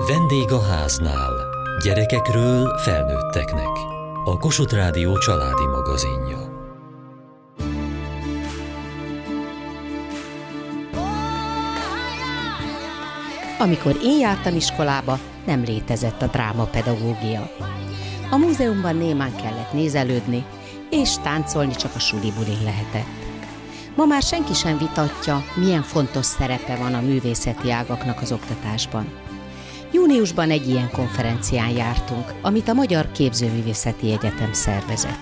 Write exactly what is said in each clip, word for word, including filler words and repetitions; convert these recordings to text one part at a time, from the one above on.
Vendég a háznál. Gyerekekről felnőtteknek. A Kossuth Rádió családi magazinja. Amikor én jártam iskolába, nem létezett a drámapedagógia. A múzeumban némán kellett nézelődni, és táncolni csak a suli-bulin lehetett. Ma már senki sem vitatja, milyen fontos szerepe van a művészeti ágaknak az oktatásban. Júniusban egy ilyen konferencián jártunk, amit a Magyar Képzőművészeti Egyetem szervezett.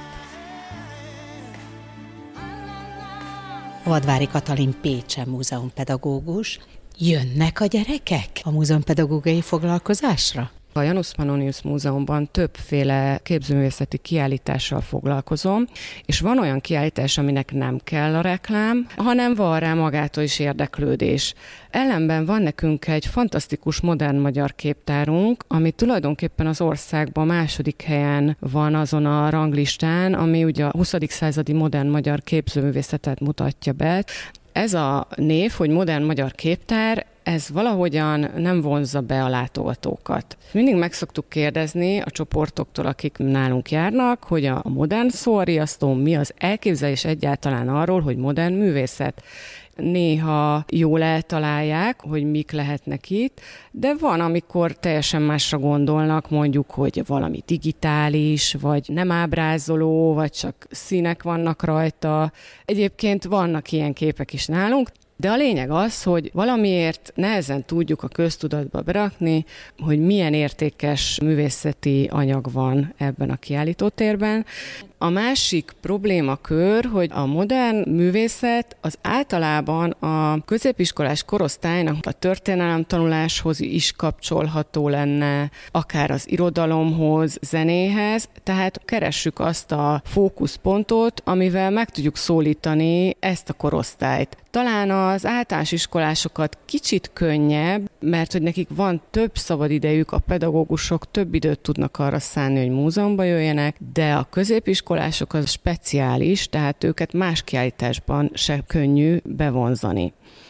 Vadvári Katalin Pécsen múzeumpedagógus. Jönnek a gyerekek a múzeumpedagógiai foglalkozásra? A Janus Pannonius Múzeumban többféle képzőművészeti kiállítással foglalkozom, és van olyan kiállítás, aminek nem kell a reklám, hanem van rá magától is érdeklődés. Ellenben van nekünk egy fantasztikus modern magyar képtárunk, ami tulajdonképpen az országban második helyen van azon a ranglistán, ami ugye a huszadik századi modern magyar képzőművészetet mutatja be. Ez a név, hogy modern magyar képtár, ez valahogyan nem vonzza be a látogatókat. Mindig meg szoktuk kérdezni a csoportoktól, akik nálunk járnak, hogy a modern szóriasztó mi az elképzelés egyáltalán arról, hogy modern művészet. Néha jól eltalálják, hogy mik lehetnek itt, de van, amikor teljesen másra gondolnak, mondjuk, hogy valami digitális, vagy nem ábrázoló, vagy csak színek vannak rajta. Egyébként vannak ilyen képek is nálunk, de a lényeg az, hogy valamiért nehezen tudjuk a köztudatba berakni, hogy milyen értékes művészeti anyag van ebben a kiállítótérben. A másik problémakör, hogy a modern művészet az általában a középiskolás korosztálynak a történelemtanuláshoz is kapcsolható lenne, akár az irodalomhoz, zenéhez, tehát keressük azt a fókuszpontot, amivel meg tudjuk szólítani ezt a korosztályt. Talán az általános iskolásokat kicsit könnyebb, mert hogy nekik van több szabadidejük, a pedagógusok több időt tudnak arra szánni, hogy múzeumba jöjjenek, de a középiskolások az speciális, tehát őket más kiállításban se könnyű bevonzani.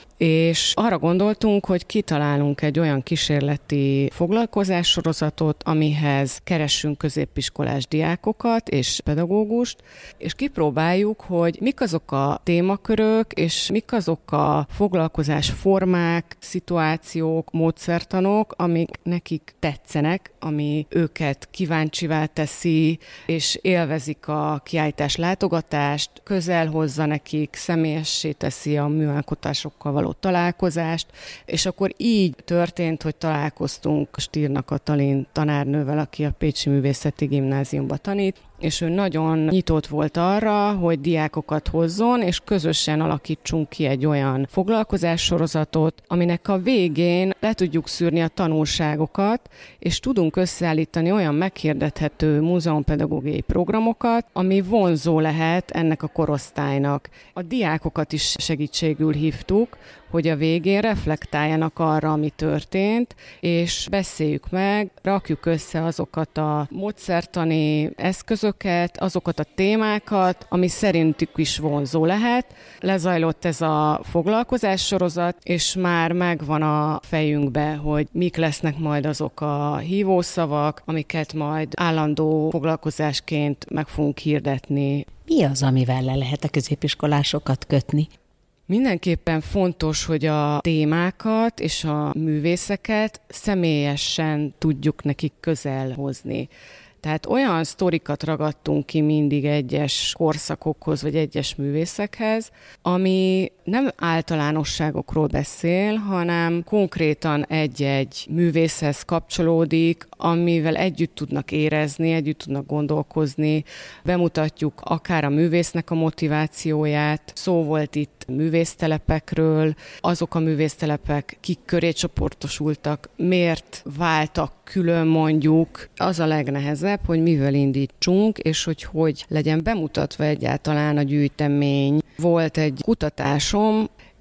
És arra gondoltunk, hogy kitalálunk egy olyan kísérleti foglalkozássorozatot, amihez keressünk középiskolás diákokat és pedagógust, és kipróbáljuk, hogy mik azok a témakörök, és mik azok a foglalkozás formák, szituációk, módszertanok, amik nekik tetszenek, ami őket kíváncsivá teszi, és élvezik a kiállítás látogatást, közel hozza nekik, személyessé teszi a műalkotásokkal való találkozást, és akkor így történt, hogy találkoztunk Stirna Katalin tanárnővel, aki a Pécsi Művészeti Gimnáziumban tanít, és ő nagyon nyitott volt arra, hogy diákokat hozzon, és közösen alakítsunk ki egy olyan foglalkozássorozatot, aminek a végén le tudjuk szűrni a tanulságokat, és tudunk összeállítani olyan meghirdethető múzeumpedagógiai programokat, ami vonzó lehet ennek a korosztálynak. A diákokat is segítségül hívtuk, hogy a végén reflektáljanak arra, ami történt, és beszéljük meg, rakjuk össze azokat a módszertani eszközöket, azokat a témákat, ami szerintük is vonzó lehet. Lezajlott ez a foglalkozássorozat, és már megvan a fejünkbe, hogy mik lesznek majd azok a hívószavak, amiket majd állandó foglalkozásként meg fogunk hirdetni. Mi az, amivel le lehet a középiskolásokat kötni? Mindenképpen fontos, hogy a témákat és a művészeket személyesen tudjuk nekik közel hozni. Tehát olyan sztorikat ragadtunk ki mindig egyes korszakokhoz, vagy egyes művészekhez, ami nem általánosságokról beszél, hanem konkrétan egy-egy művészhez kapcsolódik, amivel együtt tudnak érezni, együtt tudnak gondolkozni, bemutatjuk akár a művésznek a motivációját. Szó volt itt művésztelepekről, azok a művésztelepek, kik köré csoportosultak, miért váltak külön mondjuk. Az a legnehezebb, hogy mivel indítsunk, és hogy hogy legyen bemutatva egyáltalán a gyűjtemény. Volt egy kutatásom,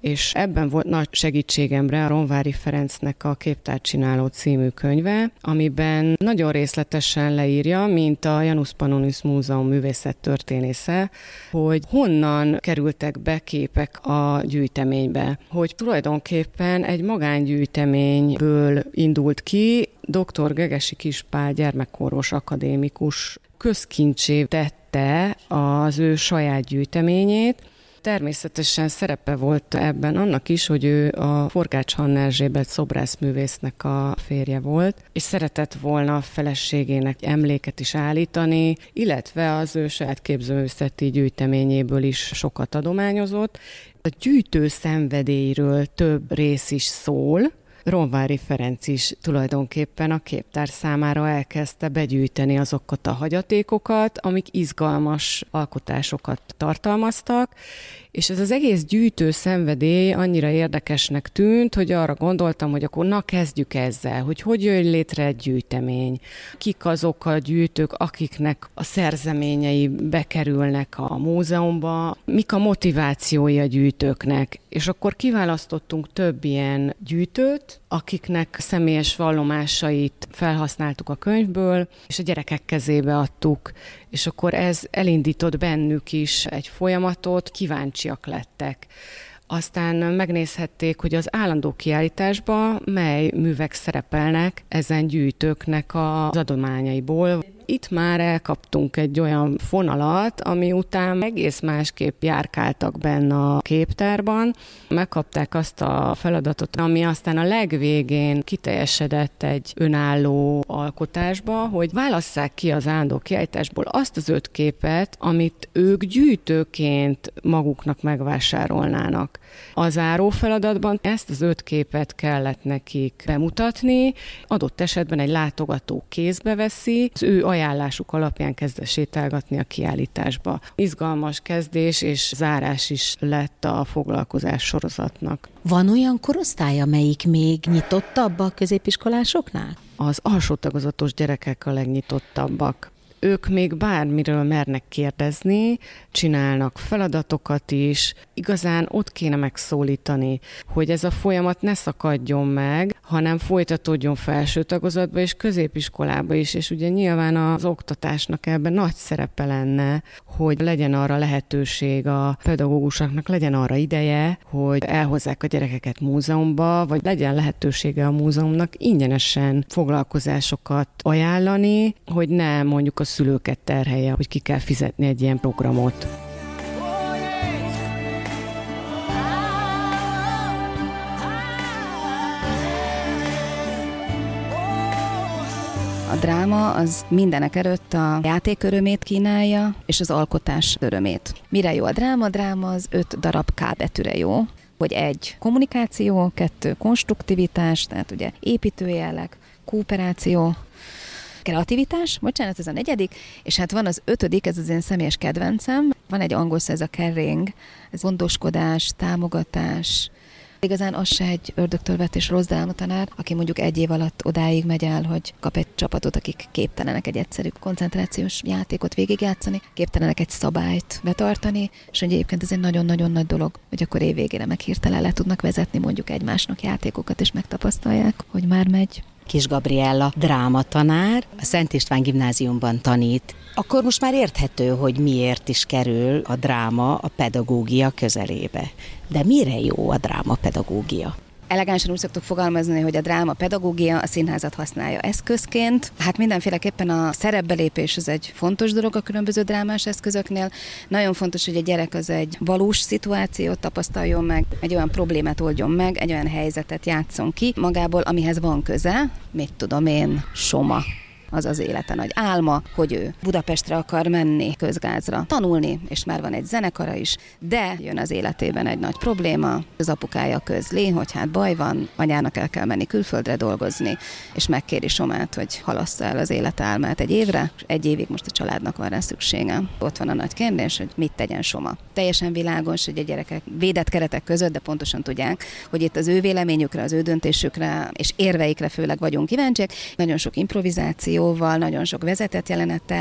és ebben volt nagy segítségemre a Ronvári Ferencnek a Képtárcsináló című könyve, amiben nagyon részletesen leírja, mint a Janus Pannonius Múzeum művészettörténésze, hogy honnan kerültek be képek a gyűjteménybe. Hogy tulajdonképpen egy magángyűjteményből indult ki, dr. Gegesi Kispál gyermekkorvos akadémikus közkincsé tette az ő saját gyűjteményét. Természetesen szerepe volt ebben annak is, hogy ő a Forgács Hanna Erzsébet szobrászművésznek a férje volt, és szeretett volna a feleségének emléket is állítani, illetve az ő saját képzőművészeti gyűjteményéből is sokat adományozott. A gyűjtő szenvedélyről több rész is szól. Ronvári Ferenc is tulajdonképpen a képtár számára elkezdte begyűjteni azokat a hagyatékokat, amik izgalmas alkotásokat tartalmaztak, és ez az egész gyűjtő szenvedély annyira érdekesnek tűnt, hogy arra gondoltam, hogy akkor na kezdjük ezzel, hogy hogy jöjjön létre egy gyűjtemény, kik azok a gyűjtők, akiknek a szerzeményei bekerülnek a múzeumba, mik a motivációi a gyűjtőknek, és akkor kiválasztottunk több ilyen gyűjtőt, akiknek személyes vallomásait felhasználtuk a könyvből, és a gyerekek kezébe adtuk, és akkor ez elindított bennük is egy folyamatot, kíváncsiak lettek. Aztán megnézhették, hogy az állandó kiállításban mely művek szerepelnek ezen gyűjtőknek az adományaiból. Itt már elkaptunk egy olyan fonalat, ami után egész másképp járkáltak benne a képtárban. Megkapták azt a feladatot, ami aztán a legvégén kiteljesedett egy önálló alkotásba, hogy válasszák ki az állandó kiállításból azt az öt képet, amit ők gyűjtőként maguknak megvásárolnának. A záró feladatban ezt az öt képet kellett nekik bemutatni, adott esetben egy látogató kézbe veszi, az ő ajánlásuk alapján kezdve sétálgatni a kiállításba. Izgalmas kezdés és zárás is lett a foglalkozás sorozatnak. Van olyan korosztály, amelyik még nyitottabb a középiskolásoknál? Az alsó tagozatos gyerekek a legnyitottabbak. Ők még bármiről mernek kérdezni, csinálnak feladatokat is, igazán ott kéne megszólítani, hogy ez a folyamat ne szakadjon meg, hanem folytatódjon felső tagozatba és középiskolába is, és ugye nyilván az oktatásnak ebben nagy szerepe lenne, hogy legyen arra lehetőség a pedagógusoknak, legyen arra ideje, hogy elhozzák a gyerekeket múzeumba, vagy legyen lehetősége a múzeumnak ingyenesen foglalkozásokat ajánlani, hogy ne mondjuk a szülőket terhelje, hogy ki kell fizetni egy ilyen programot. A dráma az mindenek előtt a játék örömét kínálja, és az alkotás örömét. Mire jó a dráma? A dráma az öt darab K betűre jó, hogy egy kommunikáció, kettő konstruktivitás, tehát ugye építőjelek, kooperáció, kreativitás, bocsánat, ez a negyedik, és hát van az ötödik, ez az én személyes kedvencem, van egy angol szó, ez a caring, ez gondoskodás, támogatás. Igazán az se egy ördögtől vett és rossz drámatanár, aki mondjuk egy év alatt odáig megy el, hogy kap egy csapatot, akik képtelenek egy egyszerű koncentrációs játékot végigjátszani, képtelenek egy szabályt betartani, és egyébként ez egy nagyon-nagyon nagy dolog, hogy akkor év végére meg hirtelen le tudnak vezetni mondjuk egymásnak játékokat, és megtapasztalják, hogy már megy. Kis Gabriella drámatanár, a Szent István Gimnáziumban tanít. Akkor most már érthető, hogy miért is kerül a dráma a pedagógia közelébe. De mire jó a drámapedagógia? Elegánsan úgy szoktuk fogalmazni, hogy a dráma pedagógia a színházat használja eszközként. Hát mindenféleképpen a szerepbelépés az egy fontos dolog a különböző drámás eszközöknél. Nagyon fontos, hogy a gyerek az egy valós szituációt tapasztaljon meg, egy olyan problémát oldjon meg, egy olyan helyzetet játszon ki magából, amihez van köze, mit tudom én, Soma. Az az élete nagy álma, hogy ő Budapestre akar menni közgázra, tanulni, és már van egy zenekara is, de jön az életében egy nagy probléma, az apukája közli, hogy hát baj van, anyának el kell menni külföldre dolgozni, és megkéri Somát, hogy halassza el az életálmát egy évre, és egy évig most a családnak van rá szüksége. Ott van a nagy kérdés, hogy mit tegyen Soma. Teljesen világos, hogy a gyerekek védett keretek között, de pontosan tudják, hogy itt az ő véleményükre, az ő döntésükre és érveikre főleg vagyunk kíváncsiak. Nagyon sok improvizáció, nagyon sok vezetett jelenettel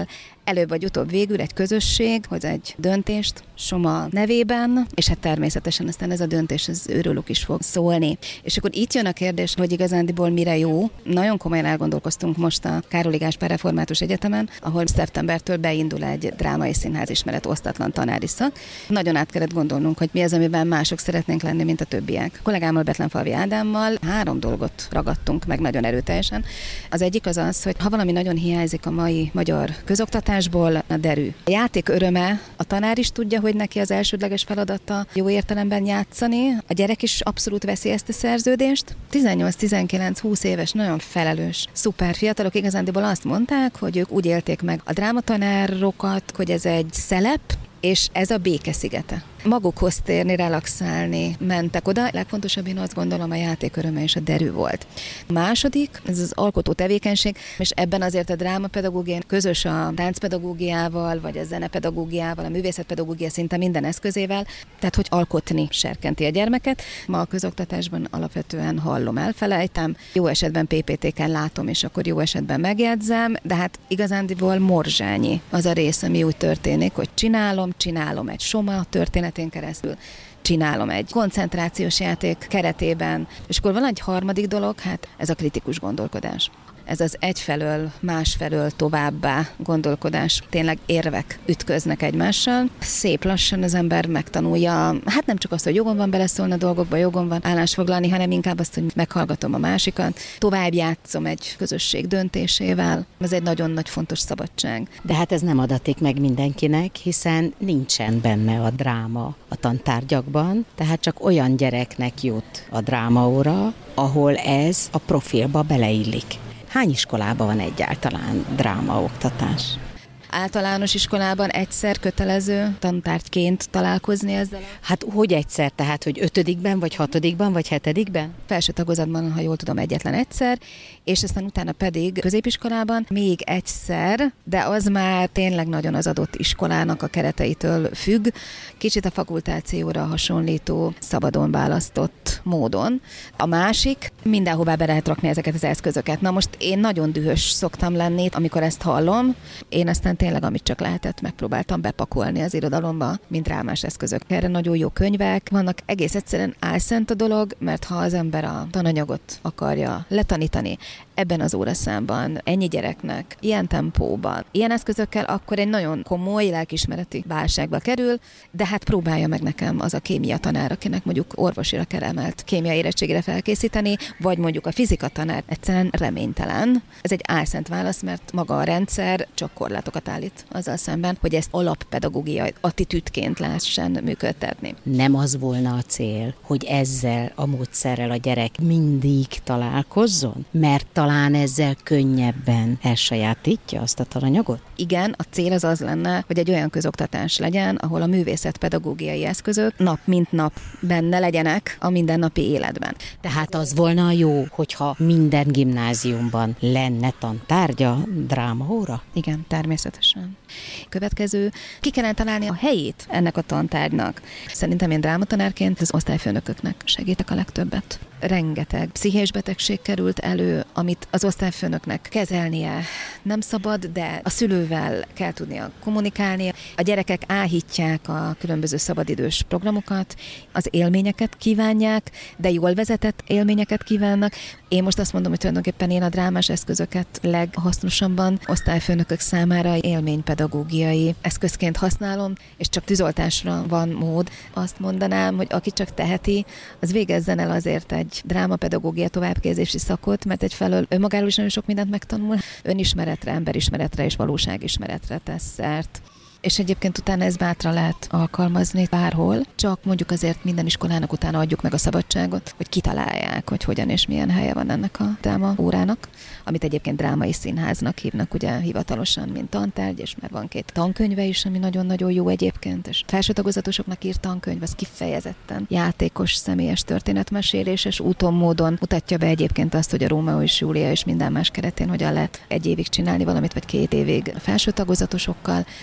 előbb vagy utóbb végül egy közösség hoz egy döntést Soma nevében, és hát természetesen aztán ez a döntés az őrülük is fog szólni. És akkor itt jön a kérdés, hogy igazándiból mire jó. Nagyon komolyan elgondolkoztunk most a Károli Gáspár Református Egyetemen, ahol szeptembertől beindul egy drámai színházismeret osztatlan tanári szak. Nagyon át kellett gondolnunk, hogy mi az, amiben mások szeretnénk lenni, mint a többiek. A kollégámmal, Betlenfalvi Ádámmal három dolgot ragadtunk meg nagyon erőteljesen. Az egyik az az, hogy ha valami nagyon hiányzik a mai magyar közoktatásból, a derű. A játék öröme, a tanár is tudja, hogy neki az elsődleges feladata jó értelemben játszani, a gyerek is abszolút veszi ezt a szerződést. tizennyolc-tizenkilenc-húsz éves, nagyon felelős, szuper fiatalok igazándiból azt mondták, hogy ők úgy élték meg a drámatanárokat, hogy ez egy szelep, és ez a béke szigete. Magukhoz térni, relaxálni mentek oda. Legfontosabb, én azt gondolom, a játék öröme és a derű volt. A második, ez az alkotó tevékenység, és ebben azért a drámapedagógia közös a táncpedagógiával, vagy a zenepedagógiával, a művészetpedagógia szinte minden eszközével, tehát hogy alkotni serkenti a gyermeket. Ma a közoktatásban alapvetően hallom, elfelejtem, jó esetben pé pé té-ken látom, és akkor jó esetben megjegyzem, de hát igazándiból morzsányi az a rész, ami úgy történik, hogy csinálom, csinálom egy Soma történetén keresztül, csinálom egy koncentrációs játék keretében, és akkor van egy harmadik dolog, hát ez a kritikus gondolkodás. Ez az egyfelől, másfelől továbbá gondolkodás, tényleg érvek ütköznek egymással. Szép lassan az ember megtanulja, hát nem csak azt, hogy jogom van beleszólni a dolgokba, jogom van állásfoglalni, hanem inkább azt, hogy meghallgatom a másikat, tovább játszom egy közösség döntésével. Ez egy nagyon nagy fontos szabadság. De hát ez nem adatik meg mindenkinek, hiszen nincsen benne a dráma a tantárgyakban, tehát csak olyan gyereknek jut a drámaóra, ahol ez a profilba beleillik. Hány iskolában van egyáltalán drámaoktatás? Általános iskolában egyszer kötelező tantárgyként találkozni ezzel? Hát hogy egyszer? Tehát, hogy ötödikben, vagy hatodikban, vagy hetedikben? Felső tagozatban, ha jól tudom, egyetlen egyszer, és aztán utána pedig középiskolában még egyszer, de az már tényleg nagyon az adott iskolának a kereteitől függ, kicsit a fakultációra hasonlító, szabadon választott módon. A másik, mindenhová be lehet rakni ezeket az eszközöket. Na most én nagyon dühös szoktam lenni, amikor ezt hallom, én aztán tényleg, amit csak lehetett, megpróbáltam bepakolni az irodalomba, mint drámás eszközök. Erre nagyon jó könyvek vannak, egész egyszerűen álszent a dolog, mert ha az ember a tananyagot akarja letanítani ebben az óraszámban, ennyi gyereknek, ilyen tempóban, ilyen eszközökkel, akkor egy nagyon komoly lelkiismereti válságba kerül, de hát próbálja meg nekem az a kémia tanár, akinek mondjuk orvosira kell emelt kémia érettségére felkészíteni, vagy mondjuk a fizika tanár egyszerűen reménytelen. Ez egy álszent válasz, mert maga a rendszer csak korlátokat állít azzal szemben, hogy ezt alappedagógiai attitűdként lehessen működtetni. Nem az volna a cél, hogy ezzel a módszerrel a gyerek mindig találkozzon? Mert talán ezzel könnyebben elsajátítja azt a tananyagot? Igen, a cél az az lenne, hogy egy olyan közoktatás legyen, ahol a művészetpedagógiai eszközök nap mint nap benne legyenek a mindennapi életben. Tehát az volna jó, hogyha minden gimnáziumban lenne tantárgya drámaóra? Igen, természetesen. Következő, ki kellene találni a helyét ennek a tantárgynak. Szerintem én drámatanárként az osztályfőnököknek segítek a legtöbbet. Rengeteg pszichés betegség került elő, amit az osztályfőnöknek kezelnie nem szabad, de a szülővel kell tudnia kommunikálnia. A gyerekek áhítják a különböző szabadidős programokat, az élményeket kívánják, de jól vezetett élményeket kívánnak. Én most azt mondom, hogy tulajdonképpen én a drámás eszközöket leghasznosabban osztályfőnökök számára élménypedagógiai eszközként használom, és csak tűzoltásra van mód. Azt mondanám, hogy aki csak teheti, az végezzen el azért egy drámapedagógia továbbképzési szakot, mert egyfelől önmagáról is nagyon sok mindent megtanul, önismeretre, emberismeretre és valóságismeretre tesz szert. És egyébként utána ez bátran lehet alkalmazni bárhol, csak mondjuk azért minden iskolának utána adjuk meg a szabadságot, hogy kitalálják, hogy hogyan és milyen helye van ennek a dráma órának, amit egyébként drámai színháznak hívnak ugye hivatalosan, mint tantárgy, és már van két tankönyve is, ami nagyon-nagyon jó egyébként, és felső tagozatosoknak írt tankönyv, az kifejezetten játékos, személyes történetmeséléses úton, módon mutatja be egyébként azt, hogy a Rómeó és Júlia és minden más keretén hogyan lehet egy évig csinálni valamit, vagy két évig felső tagozatosokkal, és hát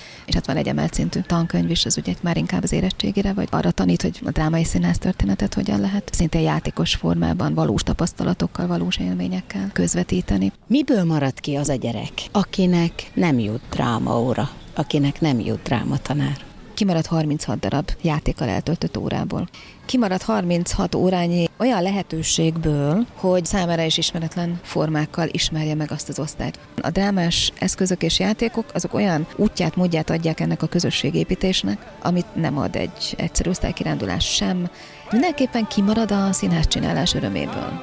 van egy emelt szintű tankönyv is, az ugye már inkább az érettségére, vagy arra tanít, hogy a drámai színház történetet hogyan lehet szintén játékos formában, valós tapasztalatokkal, valós élményekkel közvetíteni. Miből marad ki az a gyerek, akinek nem jut drámaóra, akinek nem jut drámatanár? Kimarad harminchat darab játékkal eltöltött órából. Kimarad harminchat órányi olyan lehetőségből, hogy számára is ismeretlen formákkal ismerje meg azt az osztályt. A drámás eszközök és játékok azok olyan útját, módját adják ennek a közösségépítésnek, amit nem ad egy egyszerű osztálykirándulás sem. Mindenképpen kimarad a színház csinálás öröméből.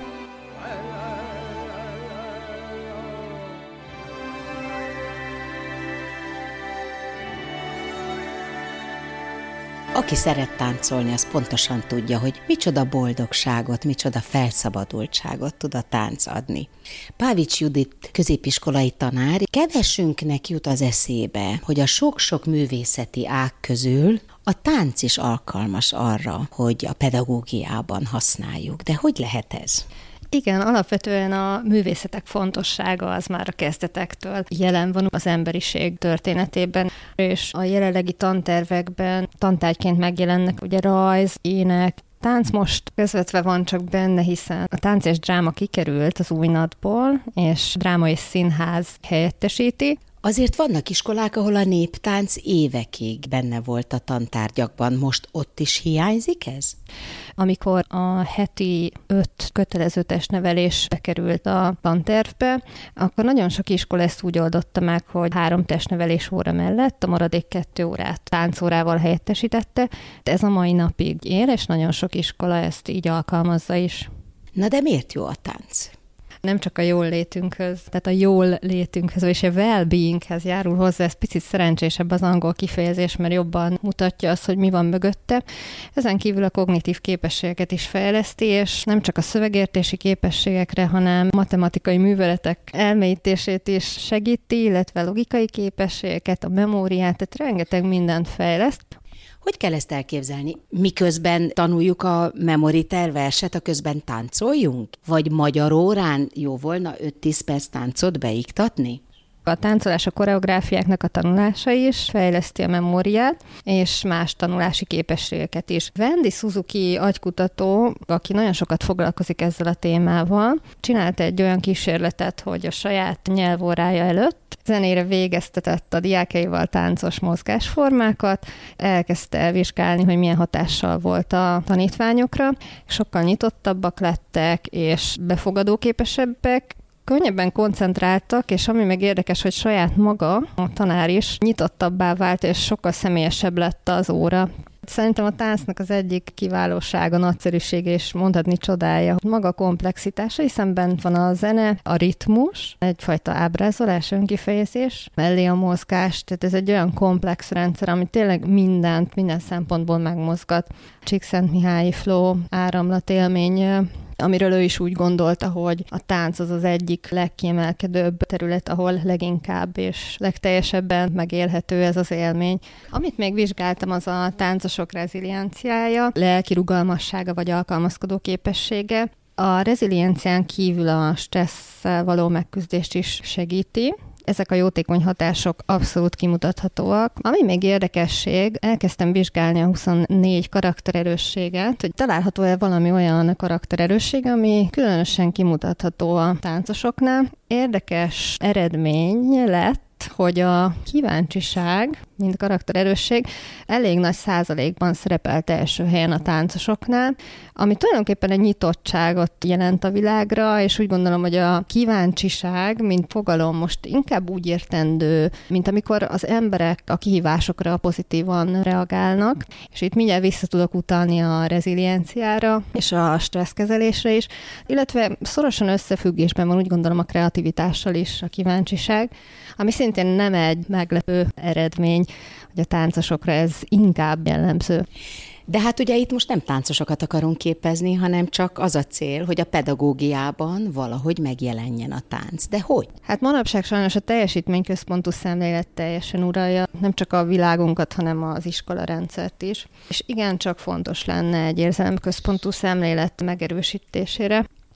Aki szeret táncolni, az pontosan tudja, hogy micsoda boldogságot, micsoda felszabadultságot tud a tánc adni. Pávics Judit középiskolai tanár, kevesünknek jut az eszébe, hogy a sok-sok művészeti ág közül a tánc is alkalmas arra, hogy a pedagógiában használjuk. De hogy lehet ez? Igen, alapvetően a művészetek fontossága az már a kezdetektől jelen van az emberiség történetében, és a jelenlegi tantervekben tantárgyként megjelennek ugye rajz, ének, tánc most közvetve van csak benne, hiszen a tánc és dráma kikerült az újnatból, és dráma és színház helyettesíti. Azért vannak iskolák, ahol a néptánc évekig benne volt a tantárgyakban. Most ott is hiányzik ez? Amikor a heti öt kötelező testnevelés bekerült a tantervbe, akkor nagyon sok iskola ezt úgy oldotta meg, hogy három testnevelés óra mellett a maradék kettő órát táncórával helyettesítette. De ez a mai napig él, és nagyon sok iskola ezt így alkalmazza is. Na de miért jó a tánc? Nem csak a jól létünkhöz, tehát a jól létünkhöz, és a well-beinghez járul hozzá, ez picit szerencsésebb az angol kifejezés, mert jobban mutatja azt, hogy mi van mögötte. Ezen kívül a kognitív képességeket is fejleszti, és nem csak a szövegértési képességekre, hanem matematikai műveletek elmélyítését is segíti, illetve logikai képességeket, a memóriát, tehát rengeteg mindent fejleszt. Hogy kell ezt elképzelni? Miközben tanuljuk a memoriter verset, a közben táncoljunk? Vagy magyar órán jó volna öt-tíz perc táncot beiktatni? A táncolás, a koreográfiáknak a tanulása is fejleszti a memóriát, és más tanulási képességeket is. Wendy Suzuki agykutató, aki nagyon sokat foglalkozik ezzel a témával, csinált egy olyan kísérletet, hogy a saját nyelvórája előtt zenére végeztetett a diákjaival táncos mozgásformákat, elkezdte vizsgálni, hogy milyen hatással volt a tanítványokra, sokkal nyitottabbak lettek, és befogadóképesebbek, könnyebben koncentráltak, és ami meg érdekes, hogy saját maga, a tanár is nyitottabbá vált, és sokkal személyesebb lett az óra. Szerintem a táncnak az egyik kiválósága, nagyszerűsége, és mondhatni csodája, hogy maga komplexitása, hiszen bent van a zene, a ritmus, egyfajta ábrázolás, önkifejezés, mellé a mozgás, tehát ez egy olyan komplex rendszer, ami tényleg mindent, minden szempontból megmozgat. Csíkszentmihályi flow, áramlat élmény, amiről ő is úgy gondolta, hogy a tánc az az egyik legkiemelkedőbb terület, ahol leginkább és legteljesebben megélhető ez az élmény. Amit még vizsgáltam, az a táncosok rezilienciája, lelki rugalmassága vagy alkalmazkodó képessége. A reziliencián kívül a stresszel való megküzdést is segíti. Ezek a jótékony hatások abszolút kimutathatóak. Ami még érdekesség, elkezdtem vizsgálni a huszonnégy karaktererősséget, hogy található-e valami olyan karaktererősség, ami különösen kimutatható a táncosoknál. Érdekes eredmény lett, hogy a kíváncsiság, mint karaktererősség, elég nagy százalékban szerepelt első helyen a táncosoknál, ami tulajdonképpen egy nyitottságot jelent a világra, és úgy gondolom, hogy a kíváncsiság, mint fogalom most inkább úgy értendő, mint amikor az emberek a kihívásokra pozitívan reagálnak, és itt mindjárt vissza tudok utalni a rezilienciára, és a stresszkezelésre is, illetve szorosan összefüggésben van úgy gondolom a kreativitással is a kíváncsiság, ami szintén nem egy meglepő eredmény, hogy a táncosokra ez inkább jellemző. De hát ugye itt most nem táncosokat akarunk képezni, hanem csak az a cél, hogy a pedagógiában valahogy megjelenjen a tánc. De hogy? Hát manapság sajnos a teljesítményközpontú szemlélet teljesen uralja nem csak a világunkat, hanem az iskolarendszert is. És igencsak fontos lenne egy érzelemközpontú szemlélet megerősítésére.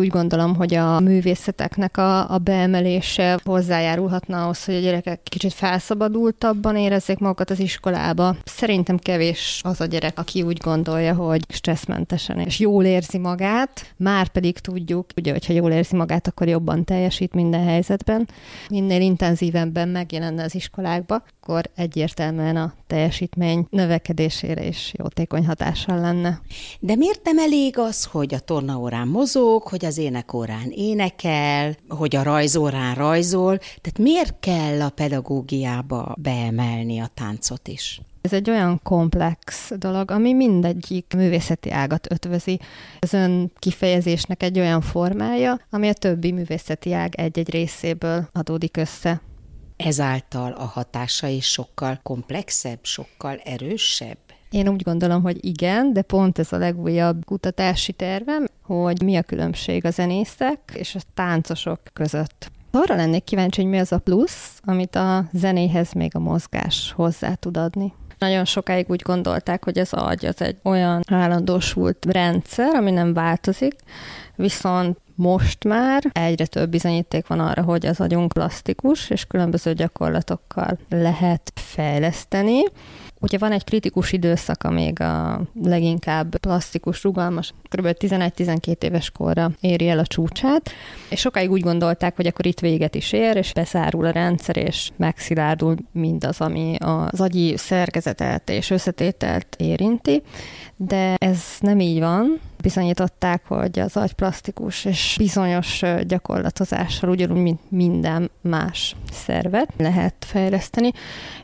Úgy gondolom, hogy a művészeteknek a, a beemelése hozzájárulhatna ahhoz, hogy a gyerekek kicsit felszabadultabban érezzék magukat az iskolába. Szerintem kevés az a gyerek, aki úgy gondolja, hogy stresszmentesen és jól érzi magát, már pedig tudjuk, ugye, hogyha jól érzi magát, akkor jobban teljesít minden helyzetben. Minél intenzívebben megjelenne az iskolákba, akkor egyértelműen a teljesítmény növekedésére is jótékony hatással lenne. De miért nem elég az, hogy a tornaórán mozog, hogy az énekórán énekel, hogy a rajzórán rajzol, tehát miért kell a pedagógiába beemelni a táncot is? Ez egy olyan komplex dolog, ami mindegyik művészeti ágat ötvözi. Az ön kifejezésnek egy olyan formája, ami a többi művészeti ág egy-egy részéből adódik össze. Ezáltal a hatása is sokkal komplexebb, sokkal erősebb? Én úgy gondolom, hogy igen, de pont ez a legújabb kutatási tervem, hogy mi a különbség a zenészek és a táncosok között. Arra lennék kíváncsi, hogy mi az a plusz, amit a zenéhez még a mozgás hozzá tud adni. Nagyon sokáig úgy gondolták, hogy az agy az egy olyan állandósult rendszer, ami nem változik, viszont most már egyre több bizonyíték van arra, hogy az agyunk plasztikus, és különböző gyakorlatokkal lehet fejleszteni. Ugye van egy kritikus időszaka még a leginkább plasztikus, rugalmas, kb. tizenegy-tizenkét éves korra éri el a csúcsát, és sokáig úgy gondolták, hogy akkor itt véget is ér, és bezárul a rendszer, és megszilárdul mindaz, ami az agyi szerkezetet és összetételt érinti, de ez nem így van. Bizonyították, hogy az agy plasztikus, és bizonyos gyakorlatozással ugyanúgy, mint minden más szervet lehet fejleszteni,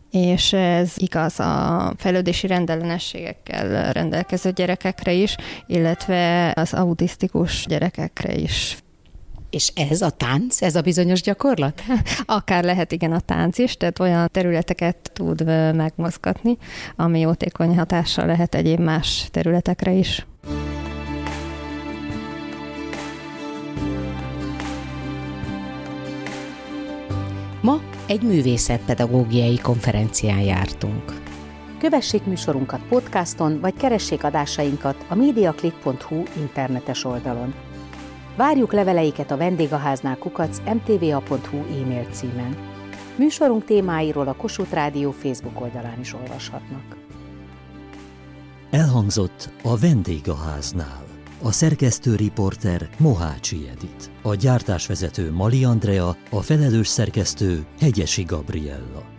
és ez igaz a fejlődési rendellenességekkel rendelkező gyerekekre is, illetve az autisztikus gyerekekre is. És ez a tánc, ez a bizonyos gyakorlat? Akár lehet, igen, a tánc is, tehát olyan területeket tud megmozgatni, ami jótékony hatással lehet egyéb más területekre is. Ma egy művészetpedagógiai konferencián jártunk. Kövessék műsorunkat podcaston, vagy keressék adásainkat a mediaclick pont hu internetes oldalon. Várjuk leveleiket a vendégháznál kukac em té vé á pont hu e-mail címen. Műsorunk témáiról a Kossuth Rádió Facebook oldalán is olvashatnak. Elhangzott a Vendégháznál. A szerkesztő riporter Mohácsi Edit, a gyártásvezető Mali Andrea, a felelős szerkesztő Hegyesi Gabriella.